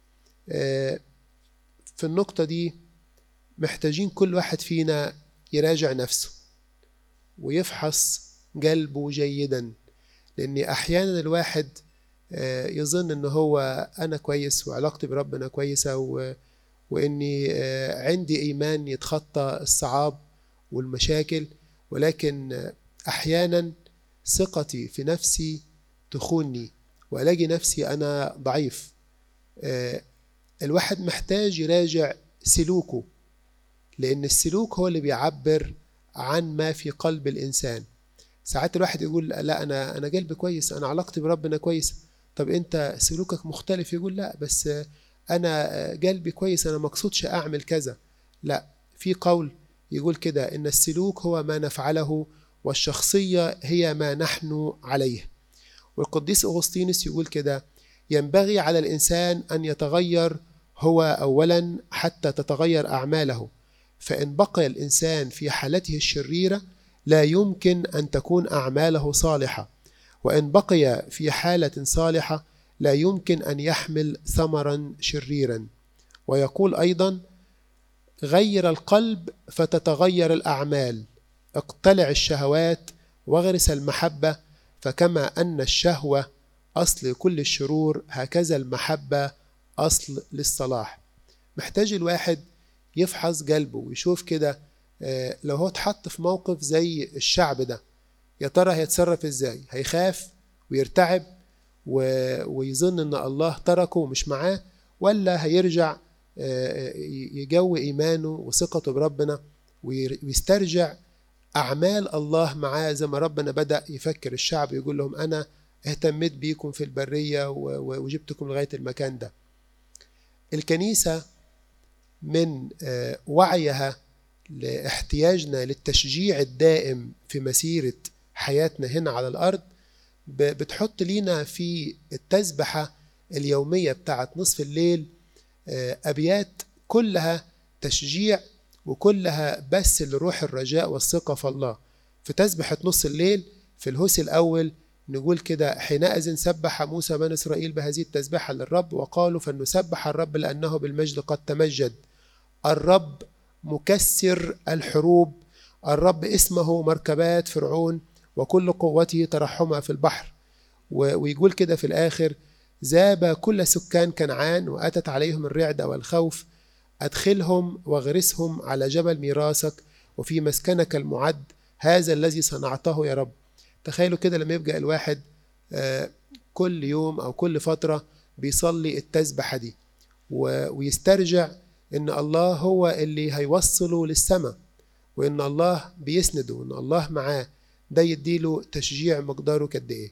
في النقطة دي محتاجين كل واحد فينا يراجع نفسه ويفحص قلبه جيدا، لأن أحيانا الواحد يظن أنه هو أنا كويس وعلاقتي بربنا كويسة وإني عندي إيمان يتخطى الصعاب والمشاكل، ولكن أحيانا ثقتي في نفسي تخونني وألاقي نفسي أنا ضعيف. الواحد محتاج يراجع سلوكه، لأن السلوك هو اللي بيعبر عن ما في قلب الإنسان. ساعات الواحد يقول لا أنا قلبي كويس، أنا علاقتي بربنا كويس. طب أنت سلوكك مختلف، يقول لا بس أنا قلبي كويس، أنا مقصودش أعمل كذا. لا، في قول يقول كده إن السلوك هو ما نفعله والشخصية هي ما نحن عليه. والقديس أغسطينوس يقول كده: ينبغي على الإنسان أن يتغير هو أولا حتى تتغير أعماله، فإن بقي الإنسان في حالته الشريرة لا يمكن أن تكون أعماله صالحة، وإن بقي في حالة صالحة لا يمكن أن يحمل ثمرا شريرا. ويقول أيضا: غير القلب فتتغير الأعمال، اقتلع الشهوات واغرس المحبة، فكما أن الشهوة أصل كل الشرور هكذا المحبة أصل للصلاح. محتاج الواحد يفحص قلبه ويشوف كده، لو هو اتحط في موقف زي الشعب ده يا ترى هيتصرف ازاي؟ هيخاف ويرتعب ويظن ان الله تركه ومش معاه، ولا هيرجع يجوي إيمانه وثقته بربنا ويسترجع أعمال الله معاه، زي ما ربنا بدأ يفكر الشعب يقول لهم أنا اهتميت بيكم في البرية وجبتكم لغاية المكان ده. الكنيسة من وعيها لاحتياجنا للتشجيع الدائم في مسيرة حياتنا هنا على الأرض بتحط لينا في التسبحة اليومية بتاعت نصف الليل أبيات كلها تشجيع وكلها بس لروح الرجاء والثقة في الله. في تسبحة نص الليل في الهوس الأول نقول كده: حينئذ سبح موسى بني إسرائيل بهذه التسبحة للرب وقالوا فلنسبح الرب لأنه بالمجد قد تمجد، الرب مكسر الحروب، الرب اسمه مركبات فرعون وكل قوته ترحمها في البحر. ويقول كده في الآخر: ذاب كل سكان كنعان وأتت عليهم الرعدة والخوف، أدخلهم واغرسهم على جبل ميراثك وفي مسكنك المعد، هذا الذي صنعته يا رب. تخيلوا كده لما يبقى الواحد كل يوم أو كل فترة بيصلي التسبحة دي ويسترجع إن الله هو اللي هيوصله للسماء، وإن الله بيسنده وإن الله معاه، ده يديله تشجيع مقداره قد إيه.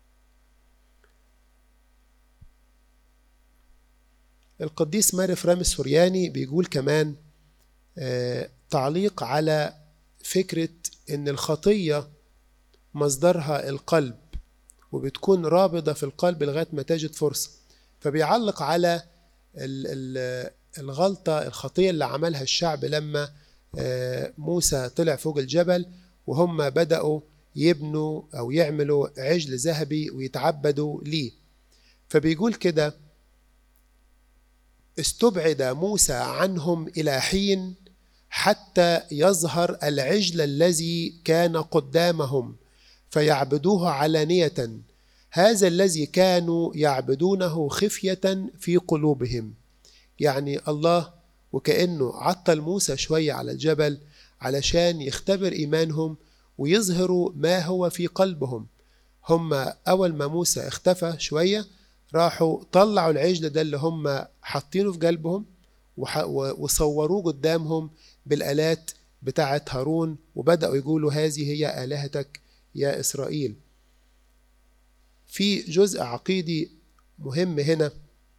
القديس ماري فرام السورياني بيقول كمان تعليق على فكرة إن الخطية مصدرها القلب وبتكون رابضة في القلب لغاية ما تجد فرصة، فبيعلق على الغلطة الخطية اللي عملها الشعب لما موسى طلع فوق الجبل وهم بدأوا يبنوا أو يعملوا عجل ذهبي ويتعبدوا ليه. فبيقول كده: استبعد موسى عنهم إلى حين حتى يظهر العجل الذي كان قدامهم فيعبدوه علانية، هذا الذي كانوا يعبدونه خفية في قلوبهم. يعني الله وكأنه عطل موسى شوية على الجبل علشان يختبر إيمانهم ويظهروا ما هو في قلبهم. هم أول ما موسى اختفى شوية راحوا طلعوا العجل ده اللي هم حاطينه في قلبهم وصوروه قدامهم بالآلات بتاعة هارون، وبدأوا يقولوا هذه هي آلهتك يا إسرائيل. في جزء عقيدي مهم هنا: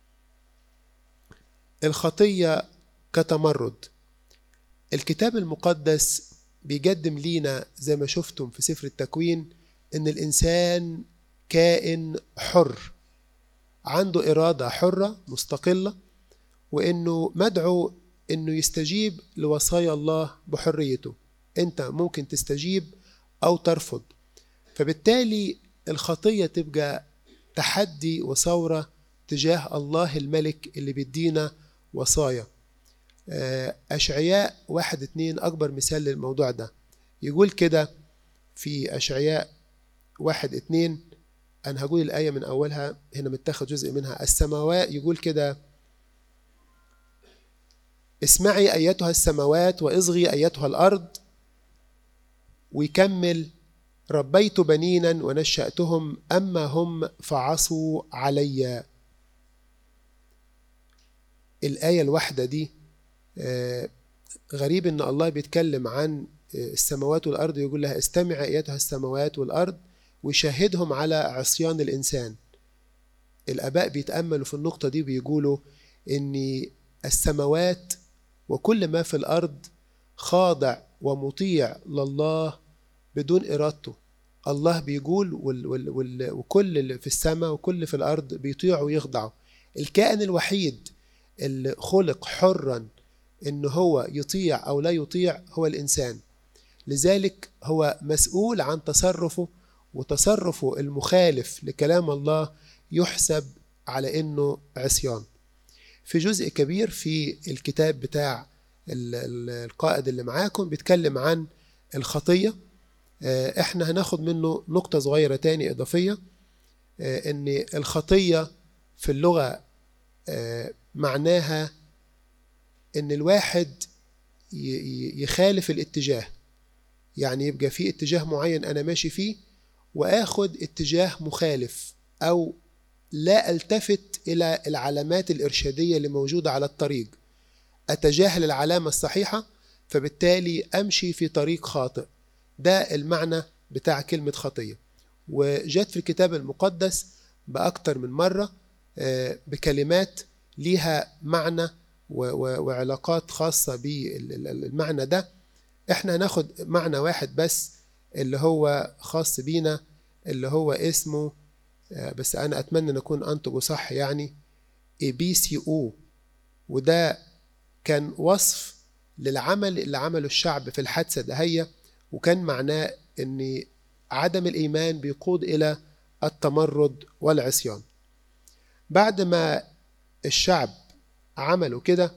الخطية كتمرد. الكتاب المقدس بيقدم لينا زي ما شفتم في سفر التكوين إن الإنسان كائن حر عنده إرادة حرة مستقلة، وإنه مدعو إنه يستجيب لوصايا الله بحريته. أنت ممكن تستجيب أو ترفض. فبالتالي الخطية تبقى تحدي وثورة تجاه الله الملك اللي بيدينا وصايا. أشعياء 1:2 أكبر مثال للموضوع ده. يقول كده في أشعياء 1:2، أنا هقول الآية من أولها، هنا متاخد جزء منها. السماوات، يقول كده: اسمعي أيتها السماوات واصغي أيتها الأرض. ويكمل: ربيت بنينا ونشأتهم أما هم فعصوا علي. الآية الواحدة دي غريب إن الله بيتكلم عن السماوات والأرض يقول لها استمع أيتها السماوات والأرض، ويشهدهم على عصيان الإنسان. الآباء بيتأملوا في النقطة دي بيقولوا إن السماوات وكل ما في الأرض خاضع ومطيع لله بدون إرادته. الله بيقول وكل اللي في السماء وكل اللي في الأرض بيطيعوا ويخضعوا. الكائن الوحيد اللي خلق حرا إن هو يطيع أو لا يطيع هو الإنسان، لذلك هو مسؤول عن تصرفه، وتصرفه المخالف لكلام الله يحسب على إنه عصيان. في جزء كبير في الكتاب بتاع القائد اللي معاكم بيتكلم عن الخطية. احنا هناخد منه نقطة صغيرة تاني إضافية، ان الخطية في اللغة معناها ان الواحد يخالف الاتجاه، يعني يبقى في اتجاه معين أنا ماشي فيه وآخد اتجاه مخالف، أو لا ألتفت إلى العلامات الإرشادية اللي موجودة على الطريق، أتجاهل العلامة الصحيحة فبالتالي أمشي في طريق خاطئ. ده المعنى بتاع كلمة خطية، وجات في الكتاب المقدس بأكتر من مرة بكلمات ليها معنى وعلاقات خاصة بالمعنى ده. احنا هناخد معنى واحد بس اللي هو خاص بينا، اللي هو اسمه، بس أنا أتمنى أن أكون أنطقه صح، يعني ABCO، وده كان وصف للعمل اللي عمله الشعب في الحادثة دهية، وكان معناه أن عدم الإيمان بيقود إلى التمرد والعصيان. بعد ما الشعب عملوا كده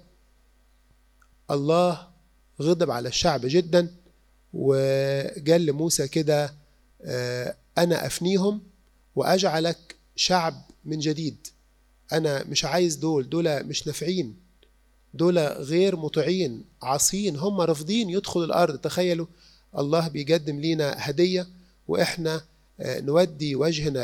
الله غضب على الشعب جدا، وقال لموسى كده أنا أفنيهم وأجعلك شعب من جديد. أنا مش عايز دول مش نافعين، دول غير مطيعين عاصين، هم رافضين يدخلوا الأرض. تخيلوا الله بيقدم لنا هدية وإحنا نودي وجهنا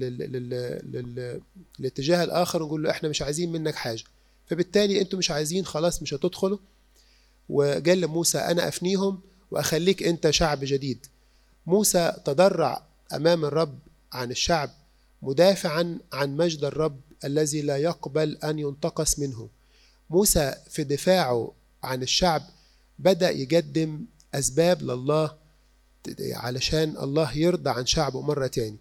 للاتجاه الآخر ونقول له إحنا مش عايزين منك حاجة، فبالتالي أنتم مش عايزين، خلاص مش هتدخلوا. وقال لموسى أنا أفنيهم وأخليك أنت شعب جديد. موسى تضرع أمام الرب عن الشعب مدافعا عن مجد الرب الذي لا يقبل أن ينتقص منه. موسى في دفاعه عن الشعب بدأ يقدم أسباب لله علشان الله يرضى عن شعبه مرة تاني.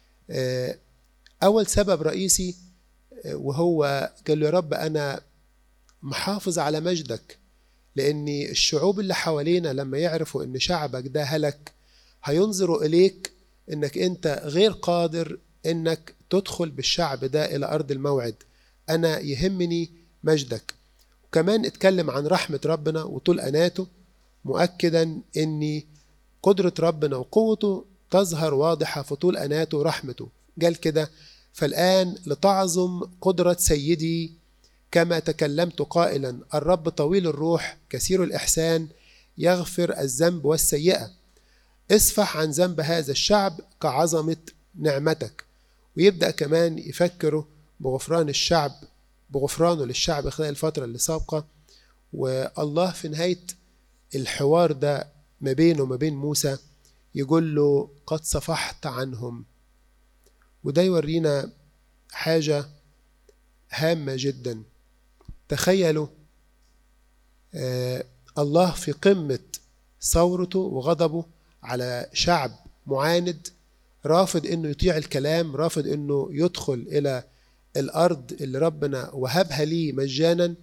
أول سبب رئيسي وهو قال له يا رب أنا محافظ على مجدك، لأن الشعوب اللي حوالينا لما يعرفوا أن شعبك ده هلك هينظروا إليك أنك أنت غير قادر أنك تدخل بالشعب ده إلى أرض الموعد. أنا يهمني مجدك. وكمان اتكلم عن رحمة ربنا وطول أناته، مؤكدا أن قدرة ربنا وقوته تظهر واضحة في طول أناته ورحمته. قال كده فالآن لتعظم قدرة سيدي كما تكلمت قائلا الرب طويل الروح كثير الإحسان يغفر الذنب والسيئة، اصفح عن ذنب هذا الشعب كعظمة نعمتك. ويبدأ كمان يفكروا بغفرانه للشعب خلال الفترة اللي سابقة. والله في نهاية الحوار ده ما بينه وما بين موسى يقول له قد صفحت عنهم. وده يورينا حاجة هامة جدا. تخيلوا الله في قمة ثورته وغضبه على شعب معاند رافض انه يطيع الكلام، رافض انه يدخل الى الارض اللي ربنا وهبها ليه مجانا،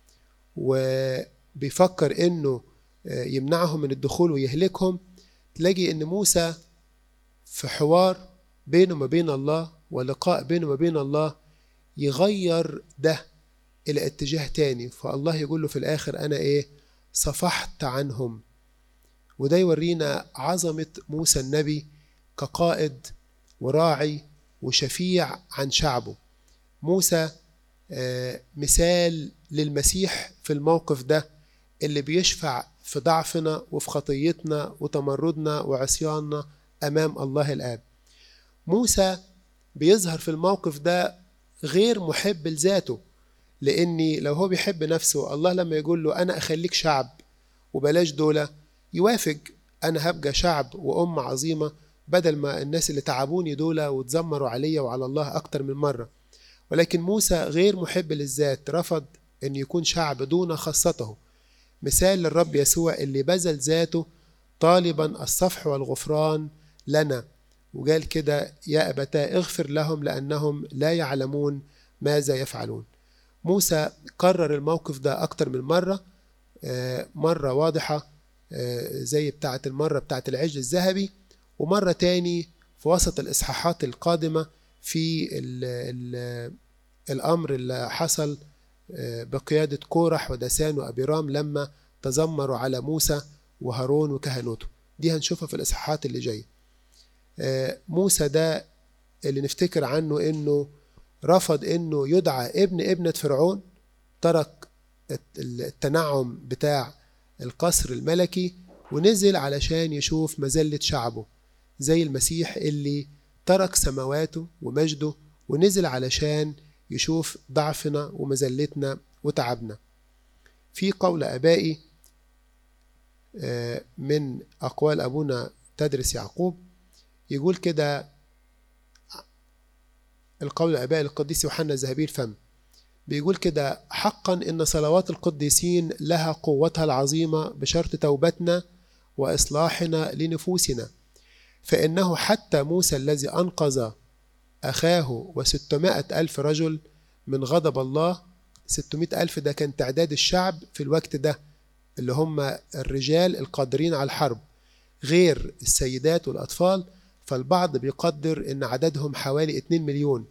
وبيفكر انه يمنعهم من الدخول ويهلكهم. تلاقي ان موسى في حوار بينه وما بين الله ولقاء بينه وما بين الله يغير ده إلى اتجاه تاني، فالله يقول له في الآخر أنا صفحت عنهم. وده يورينا عظمة موسى النبي كقائد وراعي وشفيع عن شعبه. موسى مثال للمسيح في الموقف ده، اللي بيشفع في ضعفنا وفي خطيتنا وتمردنا وعصياننا أمام الله الآب. موسى بيظهر في الموقف ده غير محب لذاته، لأني لو هو بيحب نفسه الله لما يقول له أنا أخليك شعب وبلاش دولة يوافق. أنا هبقى شعب وأمة عظيمة بدل ما الناس اللي تعبوني دولة وتزمروا عليا وعلى الله أكتر من مرة. ولكن موسى غير محب للذات، رفض أن يكون شعب دون خاصته، مثال للرب يسوع اللي بذل ذاته طالبا الصفح والغفران لنا، وقال كده: يا أبتاه اغفر لهم لأنهم لا يعلمون ماذا يفعلون. موسى قرر الموقف ده أكتر من مرة، مرة واضحة زي المرة بتاعة العجل الذهبي، ومرة تاني في وسط الإصحاحات القادمة في الأمر اللي حصل بقيادة كورح ودسان وأبيرام لما تذمروا على موسى وهارون وكهنوته. دي هنشوفها في الإصحاحات اللي جاية. موسى ده اللي نفتكر عنه إنه رفض إنه يدعى ابنة فرعون، ترك التنعم بتاع القصر الملكي ونزل علشان يشوف مذلة شعبه، زي المسيح اللي ترك سماواته ومجده ونزل علشان يشوف ضعفنا ومذلتنا وتعبنا. في قول آبائي من أقوال أبونا تدرس يعقوب يقول كده، القول آبائي القديس يوحنا الذهبي الفم بيقول كده: حقا إن صلوات القديسين لها قوتها العظيمة بشرط توبتنا وإصلاحنا لنفوسنا، فإنه حتى موسى الذي أنقذ أخاه و600,000 رجل من غضب الله، 600,000 ده كان تعداد الشعب في الوقت ده، اللي هم الرجال القادرين على الحرب غير السيدات والأطفال، فالبعض بيقدر إن عددهم حوالي 2 مليون.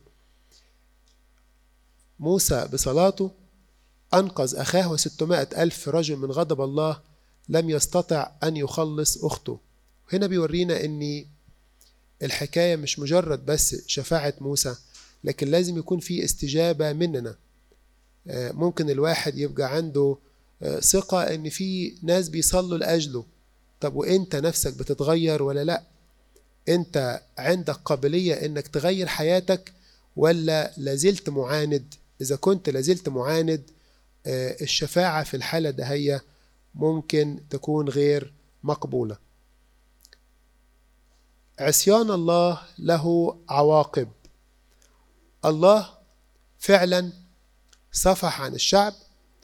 موسى بصلاته أنقذ أخاه و600,000 رجل من غضب الله، لم يستطع أن يخلص أخته. هنا بيورينا أن الحكاية مش مجرد بس شفاعة موسى، لكن لازم يكون في استجابة مننا. ممكن الواحد يبقى عنده ثقة أن في ناس بيصلوا لأجله، طب وإنت نفسك بتتغير ولا لأ؟ أنت عندك قابلية أنك تغير حياتك ولا لازلت معاند؟ إذا كنت لازلت معاند، الشفاعة في الحالة ده هي ممكن تكون غير مقبولة. عصيان الله له عواقب. الله فعلا صفح عن الشعب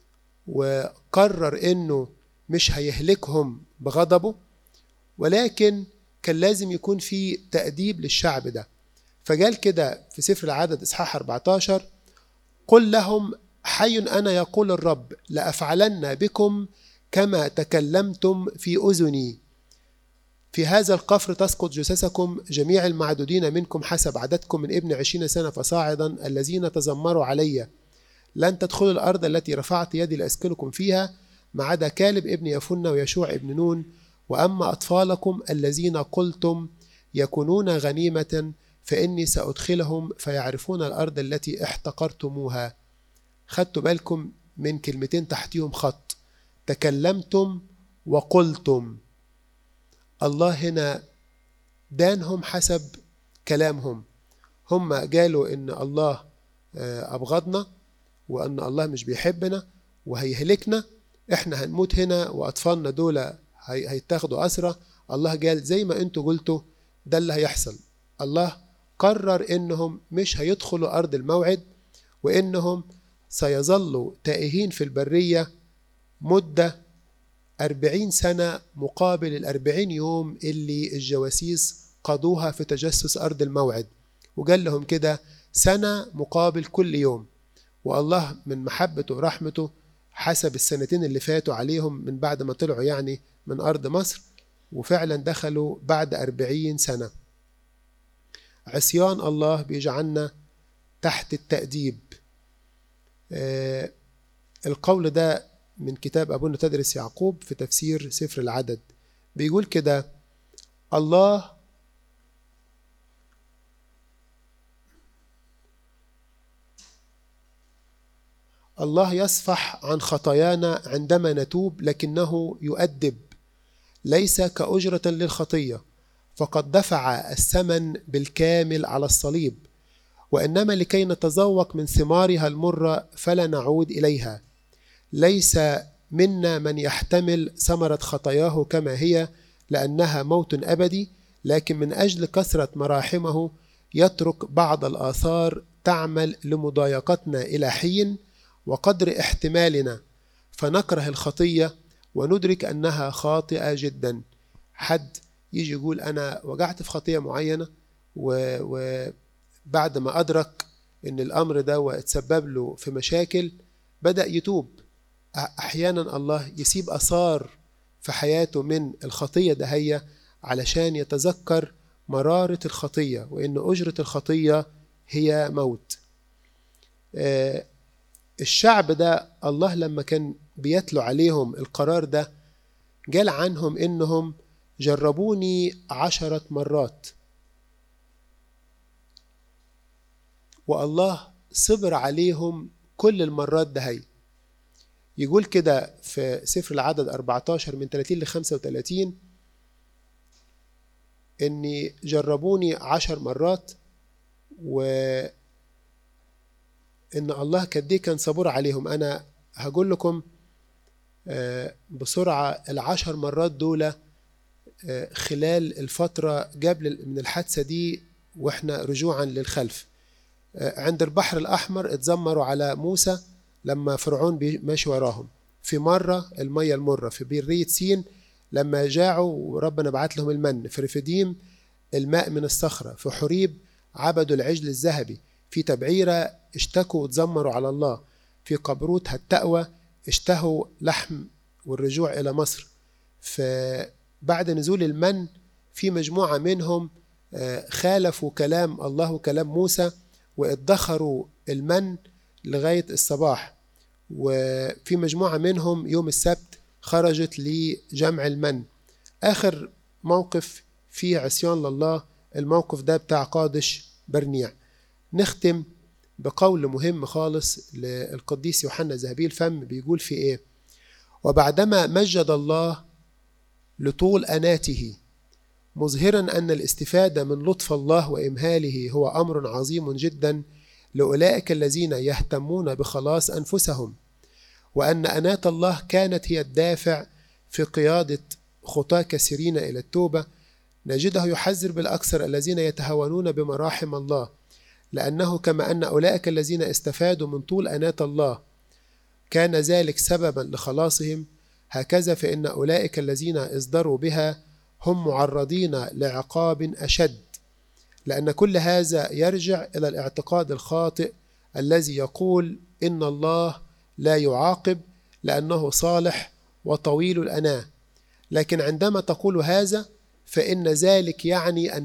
وقرر انه مش هيهلكهم بغضبه، ولكن كان لازم يكون في تأديب للشعب ده. فقال كده في سفر العدد إصحاح 14: قل لهم حي أنا يقول الرب لأفعلن بكم كما تكلمتم في أذني، في هذا القفر تسقط جثثكم جميع المعدودين منكم حسب عددكم من ابن 20 سنة فصاعدا الذين تذمروا علي، لن تدخلوا الأرض التي رفعت يدي لأسكنكم فيها، ما عدا كالب ابن يفنة ويشوع ابن نون، وأما أطفالكم الذين قلتم يكونون غنيمة فإني سأدخلهم فيعرفون الأرض التي احتقرتموها. خدتوا بالكم من كلمتين تحتيهم خط: تكلمتم وقلتم. الله هنا دانهم حسب كلامهم. هم قالوا إن الله أبغضنا وأن الله مش بيحبنا وهيهلكنا، إحنا هنموت هنا وأطفالنا دول هيتاخدوا أسرة. الله قال زي ما أنتوا قلتوا ده اللي هيحصل. الله قرر إنهم مش هيدخلوا أرض الموعد، وإنهم سيظلوا تائهين في البرية مدة 40 سنة مقابل 40 يوم اللي الجواسيس قضوها في تجسس أرض الموعد. وقال لهم كده: سنة مقابل كل يوم. والله من محبته ورحمته حسب السنتين اللي فاتوا عليهم من بعد ما طلعوا يعني من أرض مصر، وفعلا دخلوا بعد 40 سنة. عصيان الله بيجعلنا تحت التأديب. القول ده من كتاب أبونا تدرس يعقوب في تفسير سفر العدد، بيقول كده: الله يصفح عن خطايانا عندما نتوب، لكنه يؤدب، ليس كأجرة للخطية، فقد دفع الثمن بالكامل على الصليب، وإنما لكي نتذوق من ثمارها المرة فلا نعود إليها. ليس منا من يحتمل ثمرة خطاياه كما هي لأنها موت أبدي، لكن من أجل كثرة مراحمه يترك بعض الآثار تعمل لمضايقتنا إلى حين وقدر احتمالنا، فنكره الخطية وندرك أنها خاطئة جدا. حد يجي يقول أنا وقعت في خطية معينة، وبعد ما أدرك أن الأمر ده اتسبب له في مشاكل بدأ يتوب. أحيانا الله يسيب أثار في حياته من الخطية دهية علشان يتذكر مرارة الخطية، وإن أجرة الخطية هي موت. الشعب ده الله لما كان بيتلو عليهم القرار ده قال عنهم إنهم جربوني 10 مرات، والله صبر عليهم كل المرات دهي. يقول كده في سفر العدد 14 من 30 ل 35 إني جربوني 10 مرات، وإن الله قد كان صبور عليهم. أنا هقول لكم بسرعة 10 مرات دول خلال الفترة قبل من الحادثة دي، وإحنا رجوعا للخلف. عند البحر الأحمر اتذمروا على موسى لما فرعون ماشي وراهم. في مرة المية المرة في برية سين لما جاعوا وربنا بعت لهم المن. في رفديم الماء من الصخرة. في حريب عبدوا العجل الذهبي. في تبعيرة اشتكوا وتذمروا على الله. في قبروت هالتأوى اشتهوا لحم والرجوع إلى مصر. فبعد نزول المن في مجموعة منهم خالفوا كلام الله وكلام موسى وادخروا المن لغاية الصباح. وفي مجموعة منهم يوم السبت خرجت لجمع المن. آخر موقف فيه عصيان لله الموقف ده بتاع قادش برنيع. نختم بقول مهم خالص للقديس يوحنا ذهبي الفم. بيقول في إيه؟ وبعدما مجد الله لطول أناته مظهرا أن الاستفادة من لطف الله وإمهاله هو أمر عظيم جدا لأولئك الذين يهتمون بخلاص أنفسهم، وأن أنات الله كانت هي الدافع في قيادة خطاة كثيرين إلى التوبة، نجده يحذر بالأكثر الذين يتهاونون بمراحم الله، لأنه كما أن أولئك الذين استفادوا من طول أنات الله كان ذلك سببا لخلاصهم، هكذا فإن أولئك الذين اصدروا بها هم معرضين لعقاب أشد، لأن كل هذا يرجع إلى الاعتقاد الخاطئ الذي يقول إن الله لا يعاقب لأنه صالح وطويل الأناة. لكن عندما تقول هذا فإن ذلك يعني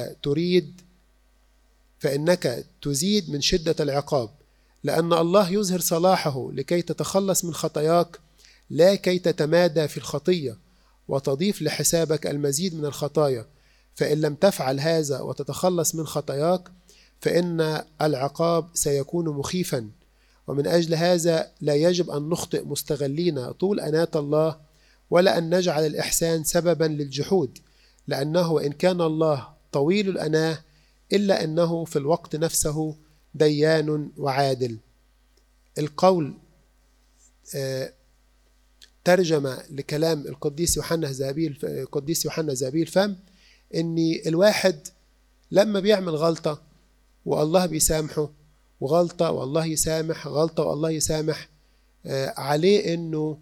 فإنك تزيد من شدة العقاب، لأن الله يظهر صلاحه لكي تتخلص من خطاياك لا كي تتمادى في الخطية وتضيف لحسابك المزيد من الخطايا. فإن لم تفعل هذا وتتخلص من خطاياك فإن العقاب سيكون مخيفا. ومن أجل هذا لا يجب أن نخطئ مستغلين طول أنات الله، ولا أن نجعل الإحسان سببا للجحود، لأنه وإن كان الله طويل الأناة إلا أنه في الوقت نفسه ديان وعادل. القول ترجمة لكلام القديس يوحنا ذهبي الفم، إن الواحد لما بيعمل غلطة والله بيسامحه، وغلطة والله يسامح، غلطة والله يسامح، عليه إنه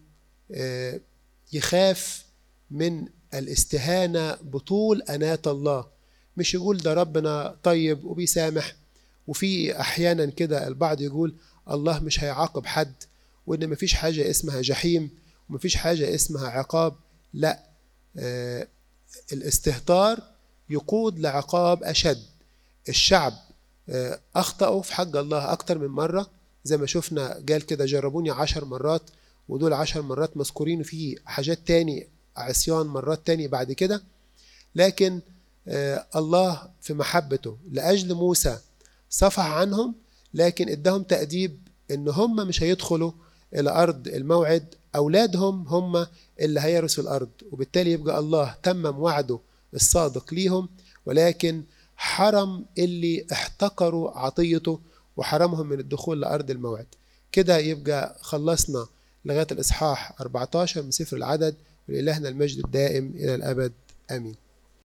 يخاف من الاستهانة بطول أنات الله. مش يقول ده ربنا طيب وبيسامح. وفي أحيانا كده البعض يقول الله مش هيعاقب حد، وإن مفيش حاجة اسمها جحيم ومفيش حاجة اسمها عقاب. لا، الاستهتار يقود لعقاب أشد. الشعب أخطأوا في حق الله أكتر من مرة، زي ما شفنا قال كده جربوني 10 مرات، ودول 10 مرات مذكورين فيه حاجات تاني عصيان مرات تاني بعد كده. لكن الله في محبته لأجل موسى صفح عنهم، لكن ادهم تأديب إن هم مش هيدخلوا إلى أرض الموعد، أولادهم هم اللي هيرثوا الأرض. وبالتالي يبقى الله تمم وعده الصادق ليهم، ولكن حرم اللي احتقروا عطيته وحرمهم من الدخول لأرض الموعد. كده يبقى خلصنا لغاية الإصحاح 14 من سفر العدد. ولإلهنا المجد الدائم إلى الأبد آمين.